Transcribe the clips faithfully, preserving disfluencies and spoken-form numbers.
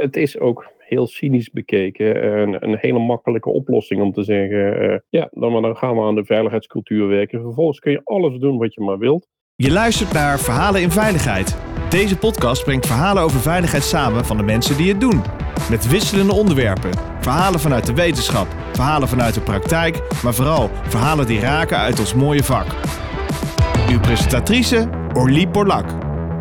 het is ook heel cynisch bekeken een, een hele makkelijke oplossing om te zeggen, uh, ja, dan, dan gaan we aan de veiligheidscultuur werken. Vervolgens kun je alles doen wat je maar wilt. Je luistert naar Verhalen in Veiligheid. Deze podcast brengt verhalen over veiligheid samen van de mensen die het doen. Met wisselende onderwerpen. Verhalen vanuit de wetenschap, verhalen vanuit de praktijk, maar vooral verhalen die raken uit ons mooie vak. Uw presentatrice, Orlie Borlak.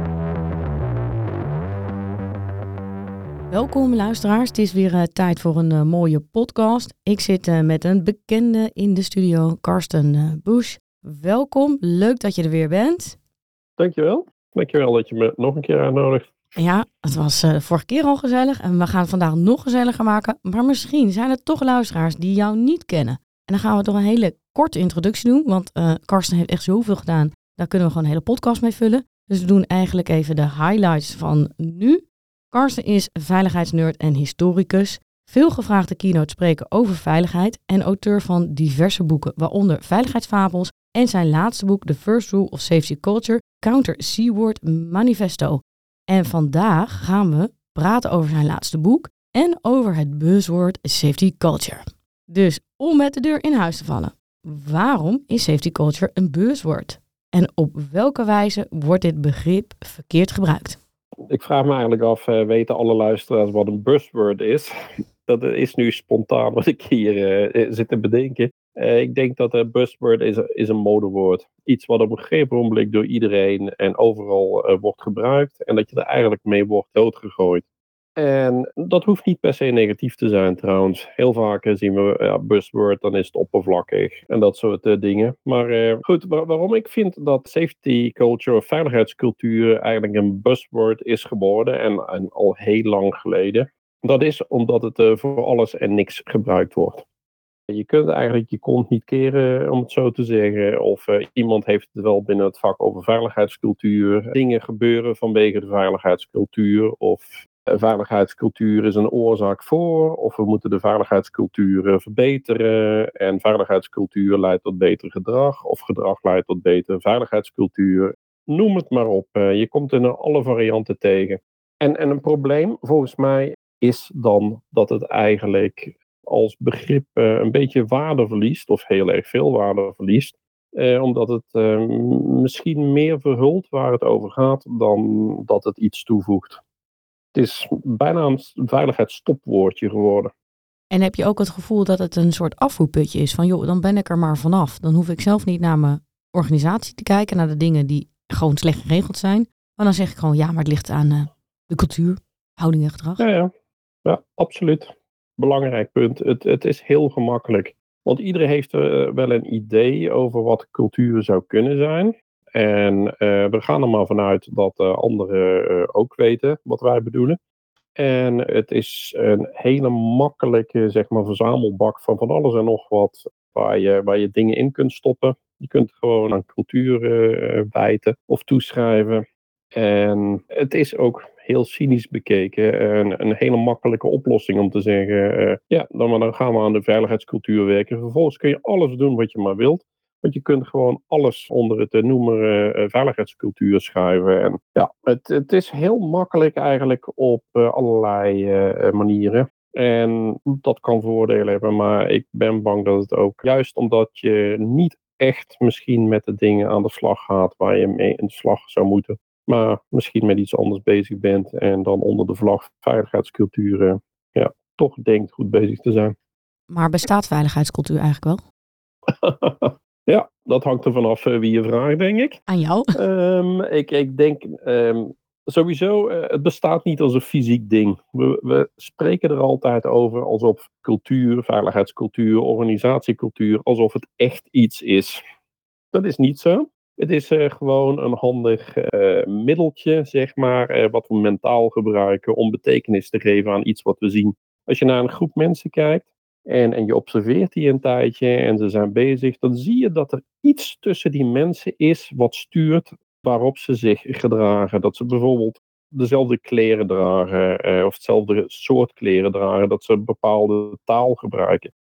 Welkom luisteraars, het is weer uh, tijd voor een uh, mooie podcast. Ik zit uh, met een bekende in de studio, Karsten uh, Busch. Welkom, leuk dat je er weer bent. Dankjewel, dankjewel dat je me nog een keer uitnodigt. Ja, het was uh, vorige keer al gezellig en we gaan het vandaag nog gezelliger maken. Maar misschien zijn er toch luisteraars die jou niet kennen. En dan gaan we toch een hele korte introductie doen, want uh, Karsten heeft echt zoveel gedaan. Daar kunnen we gewoon een hele podcast mee vullen. Dus we doen eigenlijk even de highlights van nu. Karsten is veiligheidsnerd en historicus, veelgevraagde keynote spreker over veiligheid en auteur van diverse boeken, waaronder Veiligheidsfabels en zijn laatste boek The First Rule of Safety Culture, Counter C-Word Manifesto. En vandaag gaan we praten over zijn laatste boek en over het buzzword safety culture. Dus om met de deur in huis te vallen, waarom is safety culture een buzzword? En op welke wijze wordt dit begrip verkeerd gebruikt? Ik vraag me eigenlijk af, uh, weten alle luisteraars wat een buzzword is? Dat is nu spontaan wat ik hier uh, zit te bedenken. Uh, ik denk dat een buzzword is, is een modewoord. Iets wat op een gegeven moment door iedereen en overal uh, wordt gebruikt. En dat je er eigenlijk mee wordt doodgegooid. En dat hoeft niet per se negatief te zijn trouwens. Heel vaak uh, zien we ja, buzzword, dan is het oppervlakkig en dat soort uh, dingen. Maar uh, goed, waar, waarom ik vind dat safety culture of veiligheidscultuur eigenlijk een buzzword is geworden en, en al heel lang geleden. Dat is omdat het uh, voor alles en niks gebruikt wordt. Je kunt eigenlijk je kont niet keren, om het zo te zeggen. Of uh, iemand heeft het wel binnen het vak over veiligheidscultuur. Dingen gebeuren vanwege de veiligheidscultuur. Of uh, veiligheidscultuur is een oorzaak voor. Of we moeten de veiligheidscultuur uh, verbeteren. En veiligheidscultuur leidt tot beter gedrag. Of gedrag leidt tot betere veiligheidscultuur. Noem het maar op. Uh, je komt in alle varianten tegen. En, en een probleem, volgens mij, is dan dat het eigenlijk als begrip uh, een beetje waarde verliest, of heel erg veel waarde verliest, uh, omdat het uh, misschien meer verhult waar het over gaat dan dat het iets toevoegt. Het is bijna een veiligheidsstopwoordje geworden. En heb je ook het gevoel dat het een soort afvoerputje is van joh, dan ben ik er maar vanaf. Dan hoef ik zelf niet naar mijn organisatie te kijken, naar de dingen die gewoon slecht geregeld zijn. Maar dan zeg ik gewoon ja, maar het ligt aan uh, de cultuur, houding en gedrag. Ja, ja. ja absoluut. Belangrijk punt. Het, het is heel gemakkelijk. Want iedereen heeft uh, wel een idee over wat cultuur zou kunnen zijn. En uh, we gaan er maar vanuit dat uh, anderen uh, ook weten wat wij bedoelen. En het is een hele makkelijke zeg maar, verzamelbak van van alles en nog wat. Waar je, waar je dingen in kunt stoppen. Je kunt het gewoon aan cultuur uh, wijten of toeschrijven. En het is ook heel cynisch bekeken een, een hele makkelijke oplossing om te zeggen, uh, ja, dan, dan gaan we aan de veiligheidscultuur werken. Vervolgens kun je alles doen wat je maar wilt. Want je kunt gewoon alles onder het noemer uh, veiligheidscultuur schuiven. En ja, het, het is heel makkelijk eigenlijk op uh, allerlei uh, manieren. En dat kan voordelen hebben, maar ik ben bang dat het ook, juist omdat je niet echt misschien met de dingen aan de slag gaat waar je mee in de slag zou moeten, maar misschien met iets anders bezig bent en dan onder de vlag veiligheidscultuur uh, ja, toch denkt goed bezig te zijn. Maar bestaat veiligheidscultuur eigenlijk wel? Ja, dat hangt er vanaf uh, wie je vraagt, denk ik. Aan jou? Um, ik, ik denk um, sowieso, uh, het bestaat niet als een fysiek ding. We, we spreken er altijd over alsof cultuur, veiligheidscultuur, organisatiecultuur, alsof het echt iets is. Dat is niet zo. Het is uh, gewoon een handig uh, middeltje, zeg maar, uh, wat we mentaal gebruiken om betekenis te geven aan iets wat we zien. Als je naar een groep mensen kijkt en, en je observeert die een tijdje en ze zijn bezig, dan zie je dat er iets tussen die mensen is wat stuurt waarop ze zich gedragen. Dat ze bijvoorbeeld dezelfde kleren dragen uh, of hetzelfde soort kleren dragen, dat ze een bepaalde taal gebruiken.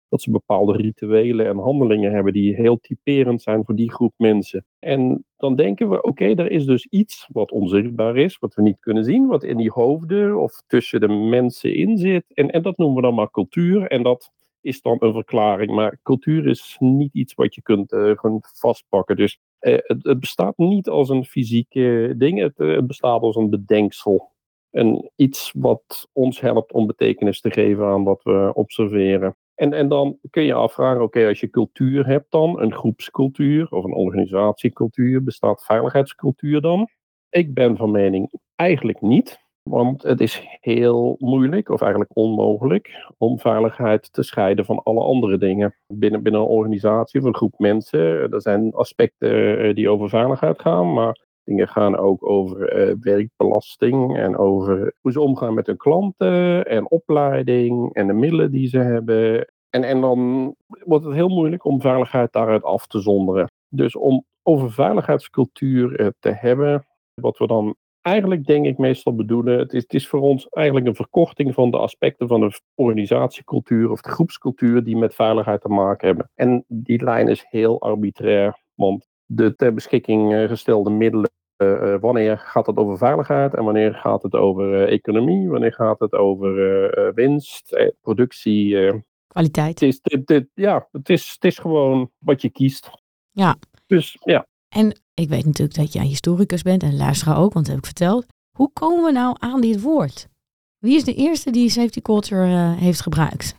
dat ze bepaalde rituelen en handelingen hebben die heel typerend zijn voor die groep mensen. En dan denken we, oké, okay, er is dus iets wat onzichtbaar is, wat we niet kunnen zien, wat in die hoofden of tussen de mensen in zit. En, en dat noemen we dan maar cultuur. En dat is dan een verklaring. Maar cultuur is niet iets wat je kunt, uh, kunt vastpakken. Dus uh, het, het bestaat niet als een fysieke ding. Het, uh, het bestaat als een bedenksel. En iets wat ons helpt om betekenis te geven aan wat we observeren. En, en dan kun je afvragen, oké, okay, als je cultuur hebt dan, een groepscultuur of een organisatiecultuur, bestaat veiligheidscultuur dan? Ik ben van mening eigenlijk niet. Want het is heel moeilijk, of eigenlijk onmogelijk, om veiligheid te scheiden van alle andere dingen. Binnen, binnen een organisatie of een groep mensen, er zijn aspecten die over veiligheid gaan, maar dingen gaan ook over uh, werkbelasting en over hoe ze omgaan met hun klanten en opleiding en de middelen die ze hebben. En, en dan wordt het heel moeilijk om veiligheid daaruit af te zonderen. Dus om over veiligheidscultuur uh, te hebben, wat we dan eigenlijk denk ik meestal bedoelen, het is, het is voor ons eigenlijk een verkorting van de aspecten van de organisatiecultuur of de groepscultuur die met veiligheid te maken hebben. En die lijn is heel arbitrair, want de ter beschikking gestelde middelen, uh, wanneer gaat het over veiligheid en wanneer gaat het over uh, economie, wanneer gaat het over uh, winst, uh, productie. Uh, Kwaliteit. Het is, dit, dit, ja, het is, het is gewoon wat je kiest. Ja. Dus ja. En ik weet natuurlijk dat je een historicus bent en luisteraar ook, want dat heb ik verteld. Hoe komen we nou aan dit woord? Wie is de eerste die safety culture uh, heeft gebruikt?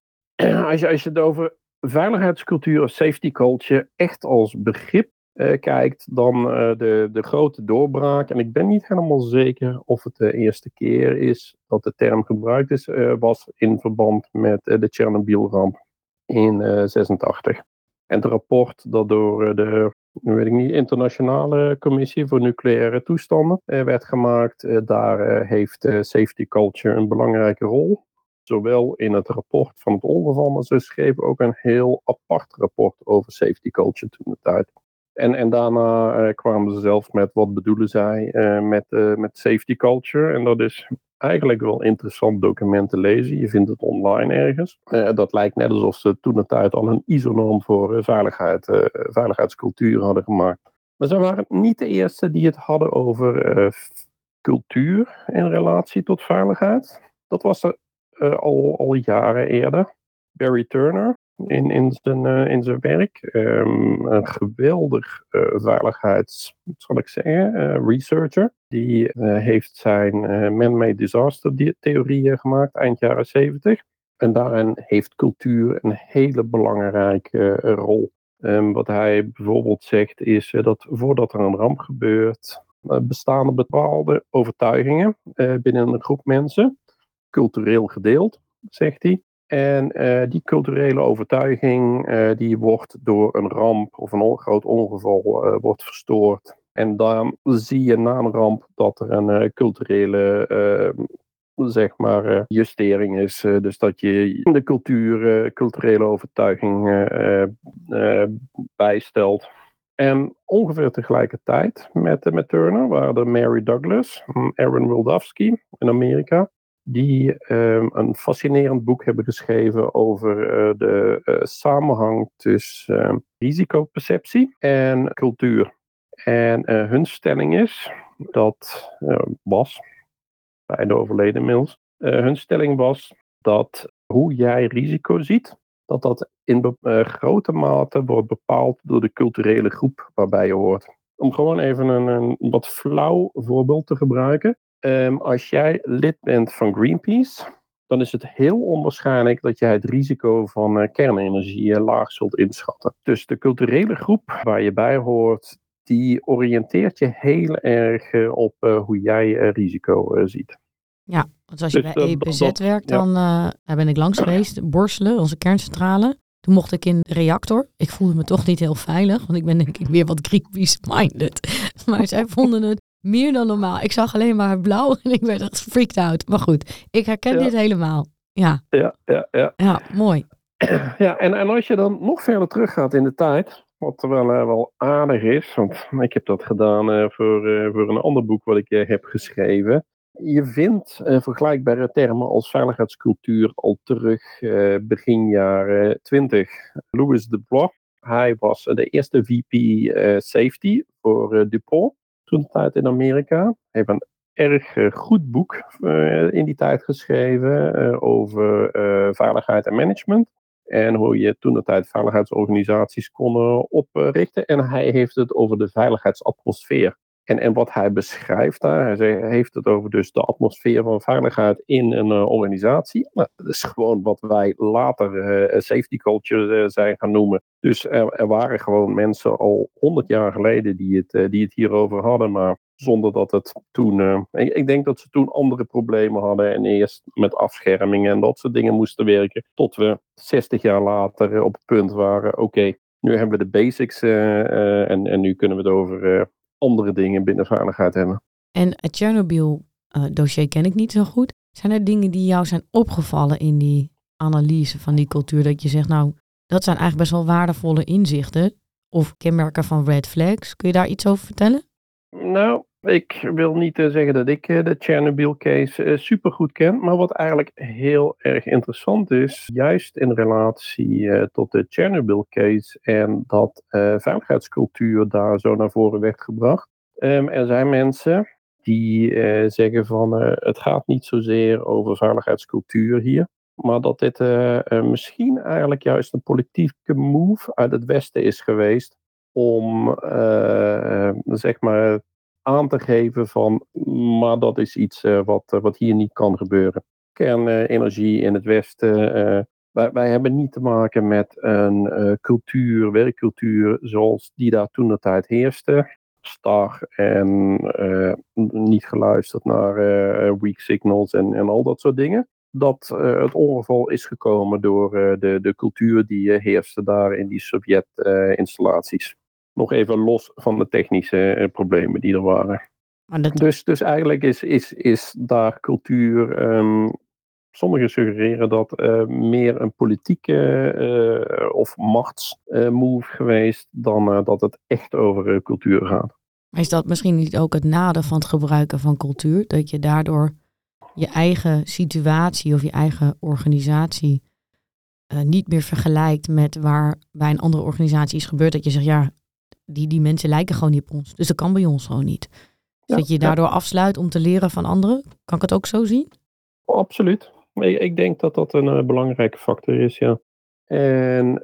Als je, als je het over veiligheidscultuur of safety culture echt als begrip uh, kijkt, dan uh, de, de grote doorbraak, en ik ben niet helemaal zeker of het de eerste keer is dat de term gebruikt is, uh, was in verband met uh, de Chernobyl-ramp in uh, zesentachtig. En het rapport dat door de weet ik niet, internationale commissie voor nucleaire toestanden uh, werd gemaakt, uh, daar uh, heeft uh, safety culture een belangrijke rol. Zowel in het rapport van het ongeval, maar ze schreven ook een heel apart rapport over safety culture toen de tijd. En, en daarna uh, kwamen ze zelf met wat bedoelen zij uh, met, uh, met safety culture. En dat is eigenlijk wel interessant document te lezen. Je vindt het online ergens. Uh, dat lijkt net alsof ze toen de tijd al een I S O-norm voor uh, veiligheid, uh, veiligheidscultuur hadden gemaakt. Maar ze waren niet de eerste die het hadden over uh, cultuur in relatie tot veiligheid. Dat was er uh, al, al jaren eerder. Barry Turner in, in, zijn, uh, in zijn werk. Um, een geweldig uh, veiligheids, zal ik zeggen, uh, researcher. Die uh, heeft zijn uh, man-made disaster theorieën gemaakt eind jaren zeventig. En daarin heeft cultuur een hele belangrijke uh, rol. Um, wat hij bijvoorbeeld zegt is uh, dat voordat er een ramp gebeurt, uh, bestaan er bepaalde overtuigingen uh, binnen een groep mensen. Cultureel gedeeld, zegt hij. En uh, die culturele overtuiging uh, die wordt door een ramp of een on- groot ongeval uh, wordt verstoord. En dan zie je na een ramp dat er een uh, culturele uh, zeg maar, uh, justering is. Uh, dus dat je de cultuur, uh, culturele overtuiging uh, uh, bijstelt. En ongeveer tegelijkertijd met, uh, met Turner waren er Mary Douglas en Aaron Wildavsky in Amerika. Die um, een fascinerend boek hebben geschreven over uh, de uh, samenhang tussen uh, risicoperceptie en cultuur. En uh, hun stelling is dat uh, was, beide overleden inmiddels, uh, hun stelling was dat hoe jij risico ziet, dat dat in be- uh, grote mate wordt bepaald door de culturele groep waarbij je hoort. Om gewoon even een, een wat flauw voorbeeld te gebruiken. Um, als jij lid bent van Greenpeace, dan is het heel onwaarschijnlijk dat jij het risico van uh, kernenergie uh, laag zult inschatten. Dus de culturele groep waar je bij hoort, die oriënteert je heel erg uh, op uh, hoe jij uh, risico uh, ziet. Ja, want als je Dus bij dat- E P Z dat- werkt, ja. dan uh, daar ben ik langs geweest. Borselen, onze kerncentrale. Toen mocht ik in de reactor. Ik voelde me toch niet heel veilig, want ik ben denk ik weer wat Greenpeace-minded. Maar zij vonden het meer dan normaal. Ik zag alleen maar blauw en ik werd echt freaked out. Maar goed, ik herken Ja. dit helemaal. Ja, Ja, ja, ja. ja, mooi. Ja, en, en als je dan nog verder teruggaat in de tijd, wat wel, uh, wel aardig is, want ik heb dat gedaan uh, voor, uh, voor een ander boek wat ik uh, heb geschreven. je vindt uh, vergelijkbare termen als veiligheidscultuur al terug uh, begin jaren twintig. Louis Dubois, hij was de eerste V P uh, Safety voor uh, DuPont toen de tijd in Amerika. Hij heeft een erg uh, goed boek uh, in die tijd geschreven uh, over uh, veiligheid en management. En hoe je toen de tijd veiligheidsorganisaties kon uh, oprichten. En hij heeft het over de veiligheidsatmosfeer. En, en wat hij beschrijft daar, hij heeft het over dus de atmosfeer van veiligheid in een uh, organisatie. Nou, dat is gewoon wat wij later uh, safety culture uh, zijn gaan noemen. Dus er, er waren gewoon mensen al honderd jaar geleden die het, uh, die het hierover hadden, maar zonder dat het toen... Uh, ik, ik denk dat ze toen andere problemen hadden en eerst met afschermingen en dat soort dingen moesten werken. Tot we zestig jaar later uh, op het punt waren, oké, okay, nu hebben we de basics uh, uh, en, en nu kunnen we het over... Uh, andere dingen binnen veiligheid hebben. En het Chernobyl-dossier uh, ken ik niet zo goed. Zijn er dingen die jou zijn opgevallen in die analyse van die cultuur? Dat je zegt, nou, dat zijn eigenlijk best wel waardevolle inzichten of kenmerken van red flags. Kun je daar iets over vertellen? Nou, ik wil niet uh, zeggen dat ik uh, de Chernobyl-case uh, supergoed ken. Maar wat eigenlijk heel erg interessant is, juist in relatie uh, tot de Chernobyl-case en dat uh, veiligheidscultuur daar zo naar voren werd gebracht. Um, er zijn mensen die uh, zeggen van uh, het gaat niet zozeer over veiligheidscultuur hier. Maar dat dit uh, uh, misschien eigenlijk juist een politieke move uit het Westen is geweest. Om uh, zeg maar aan te geven van, maar dat is iets uh, wat, uh, wat hier niet kan gebeuren. Kernenergie uh, in het Westen. Uh, wij, wij hebben niet te maken met een uh, cultuur, werkcultuur zoals die daar toen de tijd heerste. Star en uh, niet geluisterd naar uh, weak signals en, en al dat soort dingen. Dat uh, het ongeval is gekomen door uh, de, de cultuur die uh, heerste daar in die Sovjet-installaties. Uh, Nog even los van de technische uh, problemen die er waren. Dat... Dus, dus eigenlijk is, is, is daar cultuur... Um, sommigen suggereren dat uh, meer een politieke uh, of machtsmove uh, geweest... dan uh, dat het echt over uh, cultuur gaat. Is dat misschien niet ook het nadeel van het gebruiken van cultuur? Dat je daardoor je eigen situatie of je eigen organisatie uh, niet meer vergelijkt met waar bij een andere organisatie is gebeurd. Dat je zegt, ja, die, die mensen lijken gewoon niet op ons. Dus dat kan bij ons gewoon niet. Dus ja, dat je daardoor ja. afsluit om te leren van anderen. Kan ik het ook zo zien? Absoluut. Ik, ik denk dat dat een uh, belangrijke factor is, ja. En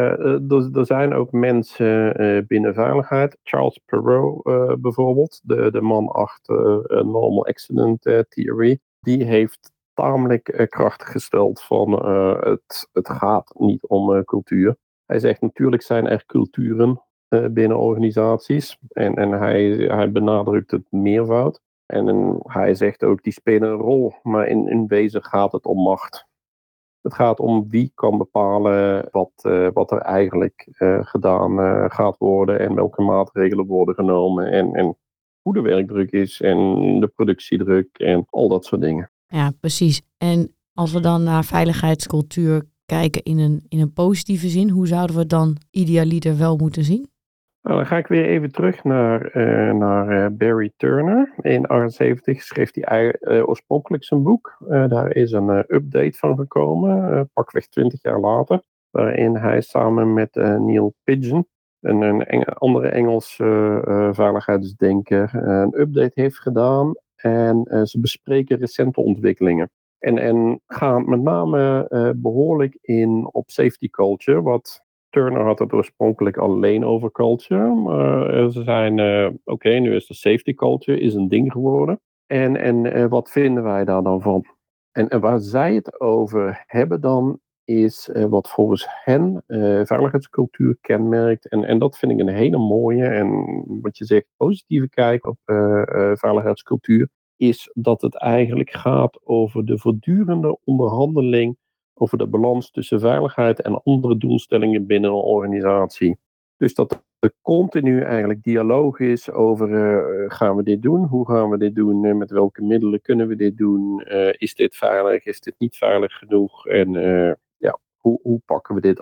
uh, er zijn ook mensen uh, binnen veiligheid. Charles Perrow uh, bijvoorbeeld, de, de man achter uh, Normal Accident uh, Theory. Die heeft tamelijk uh, krachtig gesteld van uh, het, het gaat niet om uh, cultuur. Hij zegt natuurlijk zijn er culturen uh, binnen organisaties. En, en hij, hij benadrukt het meervoud. En, en hij zegt ook die spelen een rol. Maar in, in wezen gaat het om macht. Het gaat om wie kan bepalen wat, uh, wat er eigenlijk uh, gedaan uh, gaat worden. En welke maatregelen worden genomen. En, en hoe de werkdruk is en de productiedruk en al dat soort dingen. Ja, precies. En als we dan naar veiligheidscultuur kijken in een, in een positieve zin, hoe zouden we het dan idealiter wel moeten zien? Nou, dan ga ik weer even terug naar, uh, naar uh, Barry Turner. In achtenzeventig schreef hij uh, oorspronkelijk zijn boek. Uh, daar is een uh, update van gekomen, uh, pakweg twintig jaar later. Waarin hij samen met uh, Neil Pigeon, een, een Eng- andere Engelse uh, uh, veiligheidsdenker, uh, een update heeft gedaan. En uh, ze bespreken recente ontwikkelingen. En, en gaan met name uh, behoorlijk in op safety culture, wat... Turner had het oorspronkelijk alleen over culture. Maar ze zijn, uh, oké, okay, nu is de safety culture is een ding geworden. En, en uh, wat vinden wij daar dan van? En, en waar zij het over hebben dan, is uh, wat volgens hen uh, veiligheidscultuur kenmerkt. En, en dat vind ik een hele mooie en wat je zegt, positieve kijk op uh, uh, veiligheidscultuur. Is dat het eigenlijk gaat over de voortdurende onderhandeling over de balans tussen veiligheid en andere doelstellingen binnen een organisatie. Dus dat er continu eigenlijk dialoog is over uh, gaan we dit doen? Hoe gaan we dit doen? Uh, met welke middelen kunnen we dit doen? Uh, is dit veilig? Is dit niet veilig genoeg? En uh, ja, hoe, hoe pakken we dit aan?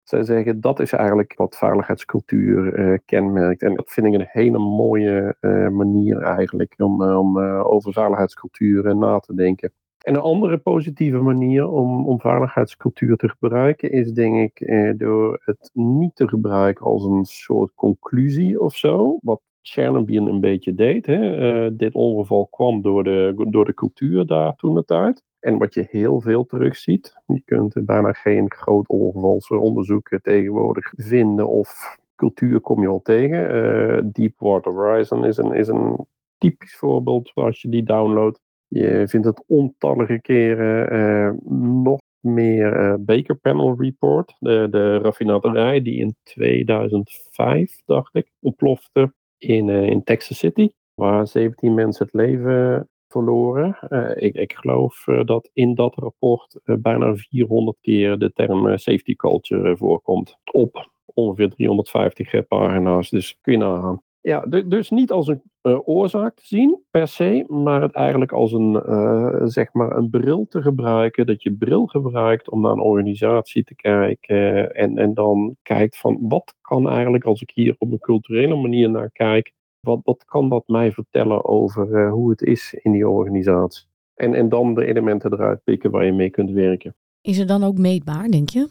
Zij zeggen dat is eigenlijk wat veiligheidscultuur uh, kenmerkt. En dat vind ik een hele mooie uh, manier eigenlijk om, uh, om uh, over veiligheidscultuur uh, na te denken. En een andere positieve manier om, om veiligheidscultuur te gebruiken is denk ik uh, door het niet te gebruiken als een soort conclusie of zo. Wat Tsjernobyl een beetje deed. Hè. Uh, dit ongeval kwam door de, door de cultuur daar toen de tijd. En wat je heel veel terugziet, je kunt bijna geen groot ongevalsonderzoek tegenwoordig vinden of cultuur kom je al tegen. Uh, Deepwater Horizon is een, is een typisch voorbeeld als je die downloadt. Je vindt het ontallige keren uh, nog meer uh, Baker Panel Report, de, de raffinaderij die in tweeduizend vijf, dacht ik, ontplofte in, uh, in Texas City, waar zeventien mensen het leven verloren. Uh, ik, ik geloof uh, dat in dat rapport uh, bijna vierhonderd keer de term uh, safety culture uh, voorkomt. Op ongeveer driehonderdvijftig uh, pagina's, dus kun je nagaan. Ja, d- dus niet als een uh, oorzaak te zien, per se, maar het eigenlijk als een, uh, zeg maar een bril te gebruiken. Dat je bril gebruikt om naar een organisatie te kijken uh, en, en dan kijkt van wat kan eigenlijk, als ik hier op een culturele manier naar kijk, Wat, wat kan dat mij vertellen over uh, hoe het is in die organisatie? En, en dan de elementen eruit pikken waar je mee kunt werken. Is het dan ook meetbaar, denk je?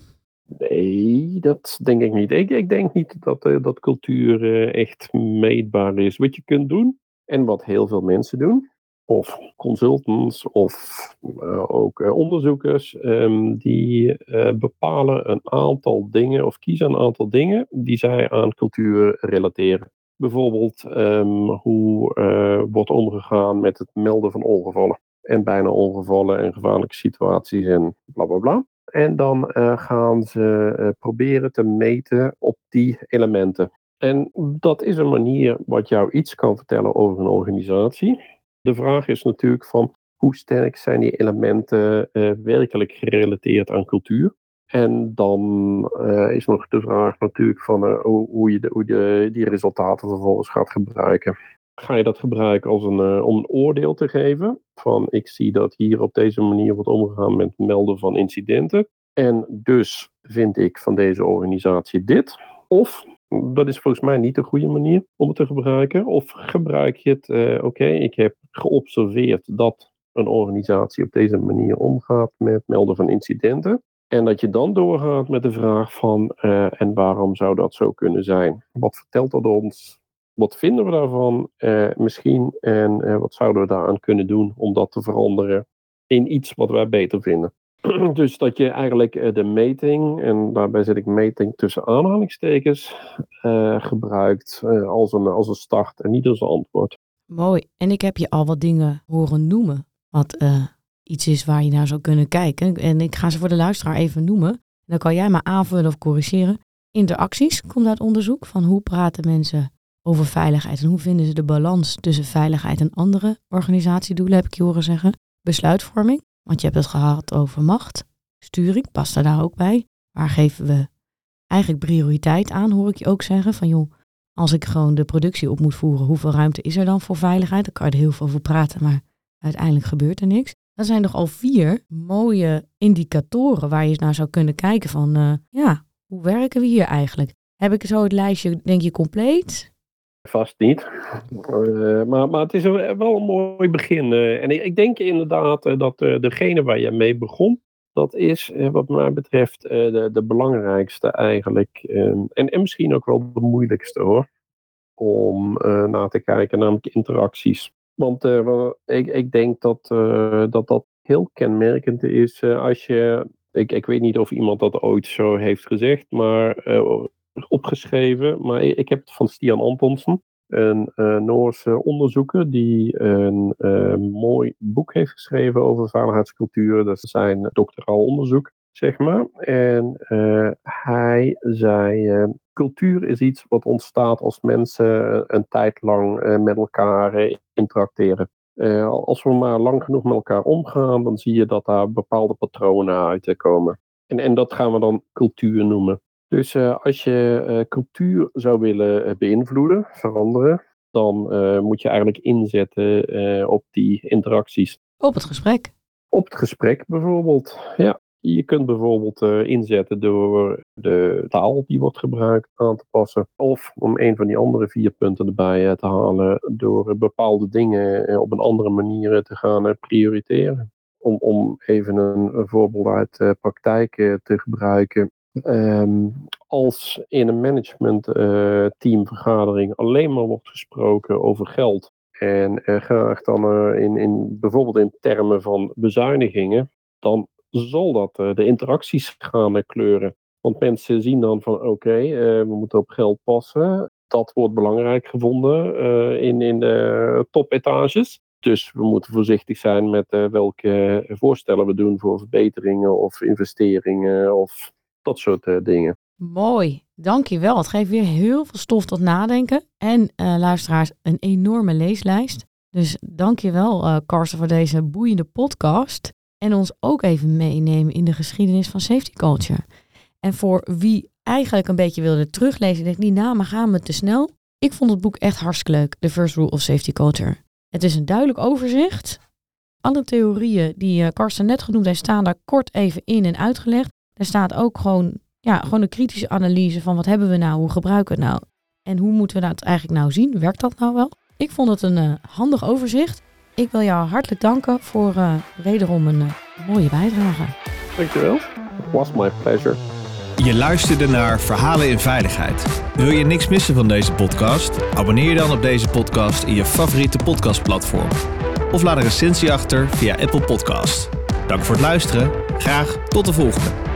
Nee, dat denk ik niet. Ik, ik denk niet dat, uh, dat cultuur uh, echt meetbaar is. Wat je kunt doen, en wat heel veel mensen doen, of consultants, of uh, ook uh, onderzoekers, um, die uh, bepalen een aantal dingen, of kiezen een aantal dingen die zij aan cultuur relateren. Bijvoorbeeld um, hoe uh, wordt omgegaan met het melden van ongevallen. En bijna ongevallen en gevaarlijke situaties en bla bla bla. En dan uh, gaan ze uh, proberen te meten op die elementen. En dat is een manier wat jou iets kan vertellen over een organisatie. De vraag is natuurlijk van hoe sterk zijn die elementen uh, werkelijk gerelateerd aan cultuur. En dan uh, is nog de vraag natuurlijk van uh, hoe je, de, hoe de, die resultaten vervolgens gaat gebruiken. Ga je dat gebruiken als een, uh, om een oordeel te geven? Van ik zie dat hier op deze manier wordt omgegaan met het melden van incidenten. En dus vind ik van deze organisatie dit. Of, dat is volgens mij niet de goede manier om het te gebruiken. Of gebruik je het, uh, oké, okay, ik heb geobserveerd dat een organisatie op deze manier omgaat met melden van incidenten. En dat je dan doorgaat met de vraag van, uh, en waarom zou dat zo kunnen zijn? Wat vertelt dat ons? Wat vinden we daarvan? Uh, misschien, en uh, wat zouden we daaraan kunnen doen om dat te veranderen in iets wat wij beter vinden? Dus dat je eigenlijk uh, de meting, en daarbij zet ik meting tussen aanhalingstekens, uh, gebruikt uh, als, een, als een start en niet als een antwoord. Mooi. En ik heb je al wat dingen horen noemen, wat uh, iets is waar je naar zou kunnen kijken. En ik ga ze voor de luisteraar even noemen. Dan kan jij maar aanvullen of corrigeren. Interacties komt uit onderzoek van hoe praten mensen over veiligheid en hoe vinden ze de balans tussen veiligheid en andere organisatiedoelen, heb ik je horen zeggen. Besluitvorming, want je hebt het gehad over macht. Sturing, past er daar ook bij. Waar geven we eigenlijk prioriteit aan, hoor ik je ook zeggen. Van joh, als ik gewoon de productie op moet voeren, hoeveel ruimte is er dan voor veiligheid? Daar kan je er heel veel over praten, maar uiteindelijk gebeurt er niks. Dat zijn nog al vier mooie indicatoren waar je naar zou kunnen kijken van, uh, ja, hoe werken we hier eigenlijk? Heb ik zo het lijstje, denk je, compleet? Vast niet. Uh, maar, maar het is wel een mooi begin. Uh, en ik, ik denk inderdaad uh, dat uh, degene waar je mee begon, dat is uh, wat mij betreft uh, de, de belangrijkste eigenlijk. Uh, en, en misschien ook wel de moeilijkste hoor. Om uh, naar te kijken, namelijk interacties. Want uh, ik, ik denk dat, uh, dat dat heel kenmerkend is uh, als je... Ik, ik weet niet of iemand dat ooit zo heeft gezegd, maar... Uh, opgeschreven, maar ik heb het van Stian Antonsen, een uh, Noorse onderzoeker die een uh, mooi boek heeft geschreven over veiligheidscultuur. Dat is zijn doctoraal onderzoek, zeg maar. En uh, hij zei, uh, cultuur is iets wat ontstaat als mensen een tijd lang uh, met elkaar uh, interacteren. Uh, als we maar lang genoeg met elkaar omgaan, dan zie je dat daar bepaalde patronen uitkomen. En, en dat gaan we dan cultuur noemen. Dus uh, als je uh, cultuur zou willen uh, beïnvloeden, veranderen, dan uh, moet je eigenlijk inzetten uh, op die interacties. Op het gesprek. Op het gesprek bijvoorbeeld, ja. Je kunt bijvoorbeeld uh, inzetten door de taal die wordt gebruikt aan te passen. Of om een van die andere vier punten erbij te halen door bepaalde dingen op een andere manier te gaan prioriteren. Om, om even een, een voorbeeld uit de praktijk te gebruiken. Um, als in een managementteamvergadering uh, alleen maar wordt gesproken over geld. En uh, graag dan uh, in, in, bijvoorbeeld in termen van bezuinigingen. Dan zal dat uh, de interacties gaan uh, kleuren. Want mensen zien dan van oké, okay, uh, we moeten op geld passen. Dat wordt belangrijk gevonden uh, in, in de topetages. Dus we moeten voorzichtig zijn met uh, welke voorstellen we doen voor verbeteringen of investeringen of dat soort uh, dingen. Mooi, dankjewel. Het geeft weer heel veel stof tot nadenken. En uh, luisteraars, een enorme leeslijst. Dus dankjewel uh, Karsten voor deze boeiende podcast. En ons ook even meenemen in de geschiedenis van safety culture. En voor wie eigenlijk een beetje wilde teruglezen, denk ik, die namen gaan me te snel. Ik vond het boek echt hartstikke leuk, The First Rule of Safety Culture. Het is een duidelijk overzicht. Alle theorieën die uh, Karsten net genoemd heeft, staan daar kort even in en uitgelegd. Er staat ook gewoon, ja, gewoon een kritische analyse van wat hebben we nou, hoe gebruiken we het nou en hoe moeten we dat eigenlijk nou zien? Werkt dat nou wel? Ik vond het een uh, handig overzicht. Ik wil jou hartelijk danken voor uh, wederom een uh, mooie bijdrage. Dankjewel. It was my pleasure. Je luisterde naar Verhalen in Veiligheid. Wil je niks missen van deze podcast? Abonneer je dan op deze podcast in je favoriete podcastplatform. Of laat een recensie achter via Apple Podcast. Dank voor het luisteren. Graag tot de volgende.